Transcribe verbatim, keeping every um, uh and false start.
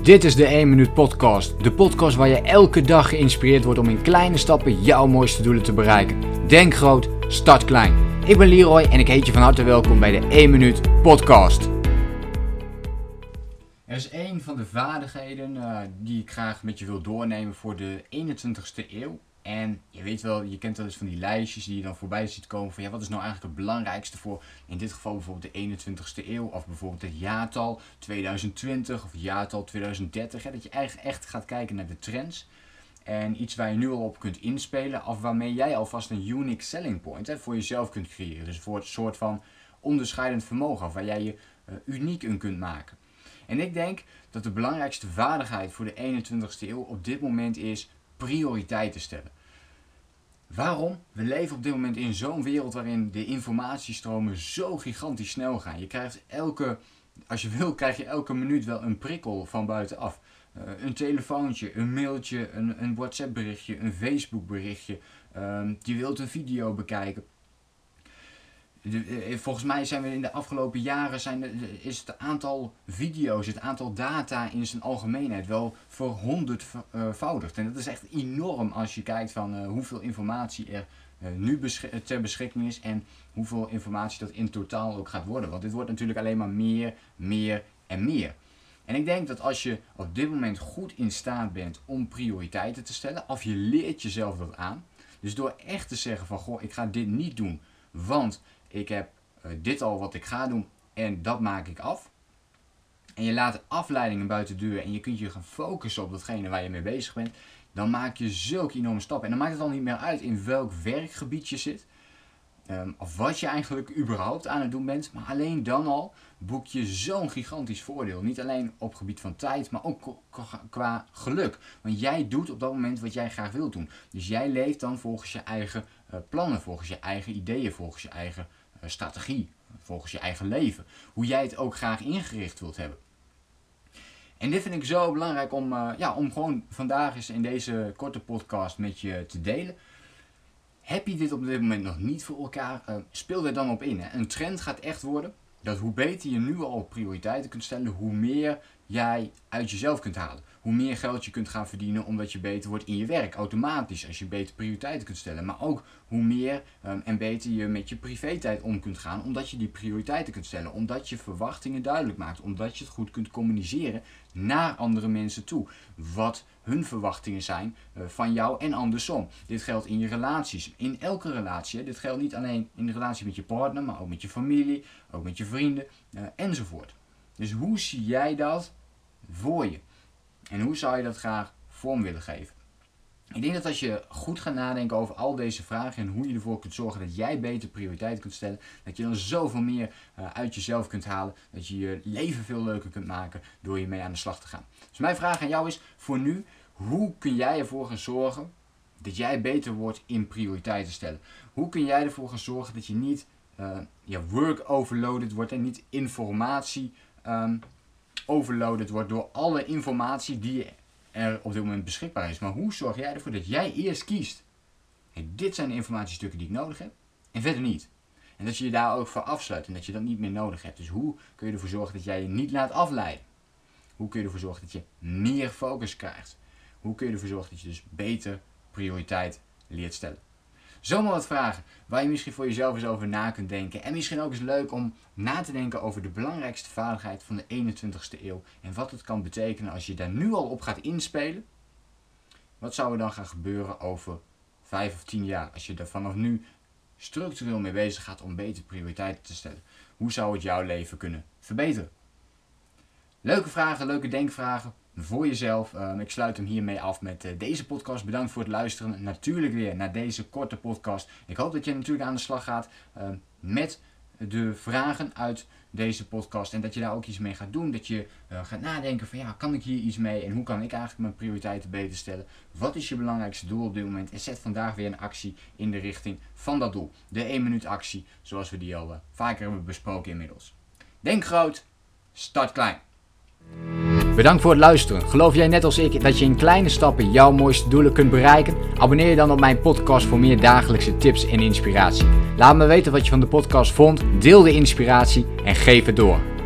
Dit is de één minuut podcast. De podcast waar je elke dag geïnspireerd wordt om in kleine stappen jouw mooiste doelen te bereiken. Denk groot, start klein. Ik ben Leroy en ik heet je van harte welkom bij de één minuut podcast. Er is één van de vaardigheden uh, die ik graag met je wil doornemen voor de eenentwintigste eeuw. En je weet wel, je kent wel eens van die lijstjes die je dan voorbij ziet komen van ja, wat is nou eigenlijk het belangrijkste voor in dit geval bijvoorbeeld de eenentwintigste eeuw of bijvoorbeeld het jaartal tweeduizend twintig of het jaartal tweeduizend dertig. Hè, dat je eigenlijk echt gaat kijken naar de trends en iets waar je nu al op kunt inspelen of waarmee jij alvast een unique selling point hè, voor jezelf kunt creëren. Dus voor het soort van onderscheidend vermogen of waar jij je uh, uniek in kunt maken. En ik denk dat de belangrijkste vaardigheid voor de eenentwintigste eeuw op dit moment is prioriteiten stellen. Waarom? We leven op dit moment in zo'n wereld waarin de informatiestromen zo gigantisch snel gaan. Je krijgt elke, als je wil, krijg je elke minuut wel een prikkel van buitenaf. Uh, een telefoontje, een mailtje, een, een WhatsApp berichtje, een Facebook berichtje. Uh, je wilt een video bekijken. De, volgens mij zijn we in de afgelopen jaren zijn de, is het aantal video's, het aantal data in zijn algemeenheid wel verhonderdvoudigd. En dat is echt enorm als je kijkt van uh, hoeveel informatie er uh, nu besch- ter beschikking is en hoeveel informatie dat in totaal ook gaat worden. Want dit wordt natuurlijk alleen maar meer, meer en meer. En ik denk dat als je op dit moment goed in staat bent om prioriteiten te stellen, of je leert jezelf dat aan. Dus door echt te zeggen van goh, ik ga dit niet doen, want ik heb uh, dit al wat ik ga doen en dat maak ik af. En je laat afleidingen buiten de deur en je kunt je gaan focussen op datgene waar je mee bezig bent. Dan maak je zulke enorme stappen. En dan maakt het al niet meer uit in welk werkgebied je zit. Um, of wat je eigenlijk überhaupt aan het doen bent. Maar alleen dan al boek je zo'n gigantisch voordeel. Niet alleen op gebied van tijd, maar ook qua geluk. Want jij doet op dat moment wat jij graag wilt doen. Dus jij leeft dan volgens je eigen uh, plannen, volgens je eigen ideeën, volgens je eigen uh, strategie, volgens je eigen leven. Hoe jij het ook graag ingericht wilt hebben. En dit vind ik zo belangrijk om, uh, ja, om gewoon vandaag eens in deze korte podcast met je te delen. Heb je dit op dit moment nog niet voor elkaar? Uh, speel er dan op in. Hè? Een trend gaat echt worden dat hoe beter je nu al prioriteiten kunt stellen, hoe meer jij uit jezelf kunt halen. Hoe meer geld je kunt gaan verdienen omdat je beter wordt in je werk. Automatisch als je beter prioriteiten kunt stellen. Maar ook hoe meer um, en beter je met je privé-tijd om kunt gaan. Omdat je die prioriteiten kunt stellen. Omdat je verwachtingen duidelijk maakt. Omdat je het goed kunt communiceren naar andere mensen toe. Wat hun verwachtingen zijn uh, van jou en andersom. Dit geldt in je relaties. In elke relatie. Hè. Dit geldt niet alleen in de relatie met je partner. Maar ook met je familie. Ook met je vrienden. Uh, enzovoort. Dus hoe zie jij dat voor je? En hoe zou je dat graag vorm willen geven? Ik denk dat als je goed gaat nadenken over al deze vragen en hoe je ervoor kunt zorgen dat jij beter prioriteiten kunt stellen, dat je dan zoveel meer uh, uit jezelf kunt halen, dat je je leven veel leuker kunt maken door je mee aan de slag te gaan. Dus mijn vraag aan jou is voor nu, hoe kun jij ervoor gaan zorgen dat jij beter wordt in prioriteiten stellen? Hoe kun jij ervoor gaan zorgen dat je niet uh, ja, work overloaded wordt en niet informatie um, overloaded wordt door alle informatie die er op dit moment beschikbaar is. Maar hoe zorg jij ervoor dat jij eerst kiest? Hey, dit zijn de informatiestukken die ik nodig heb en verder niet. En dat je je daar ook voor afsluit en dat je dat niet meer nodig hebt. Dus hoe kun je ervoor zorgen dat jij je niet laat afleiden? Hoe kun je ervoor zorgen dat je meer focus krijgt? Hoe kun je ervoor zorgen dat je dus beter prioriteit leert stellen? Zomaar wat vragen waar je misschien voor jezelf eens over na kunt denken. En misschien ook eens leuk om na te denken over de belangrijkste vaardigheid van de eenentwintigste eeuw. En wat het kan betekenen als je daar nu al op gaat inspelen. Wat zou er dan gaan gebeuren over vijf of tien jaar? Als je er vanaf nu structureel mee bezig gaat om beter prioriteiten te stellen. Hoe zou het jouw leven kunnen verbeteren? Leuke vragen, leuke denkvragen voor jezelf. Um, ik sluit hem hiermee af met uh, deze podcast. Bedankt voor het luisteren. Natuurlijk weer naar deze korte podcast. Ik hoop dat je natuurlijk aan de slag gaat uh, met de vragen uit deze podcast. En dat je daar ook iets mee gaat doen. Dat je uh, gaat nadenken van ja, kan ik hier iets mee? En hoe kan ik eigenlijk mijn prioriteiten beter stellen? Wat is je belangrijkste doel op dit moment? En zet vandaag weer een actie in de richting van dat doel. De één minuut actie, zoals we die al uh, vaker hebben besproken inmiddels. Denk groot, start klein. Bedankt voor het luisteren. Geloof jij net als ik dat je in kleine stappen jouw mooiste doelen kunt bereiken? Abonneer je dan op mijn podcast voor meer dagelijkse tips en inspiratie. Laat me weten wat je van de podcast vond, deel de inspiratie en geef het door.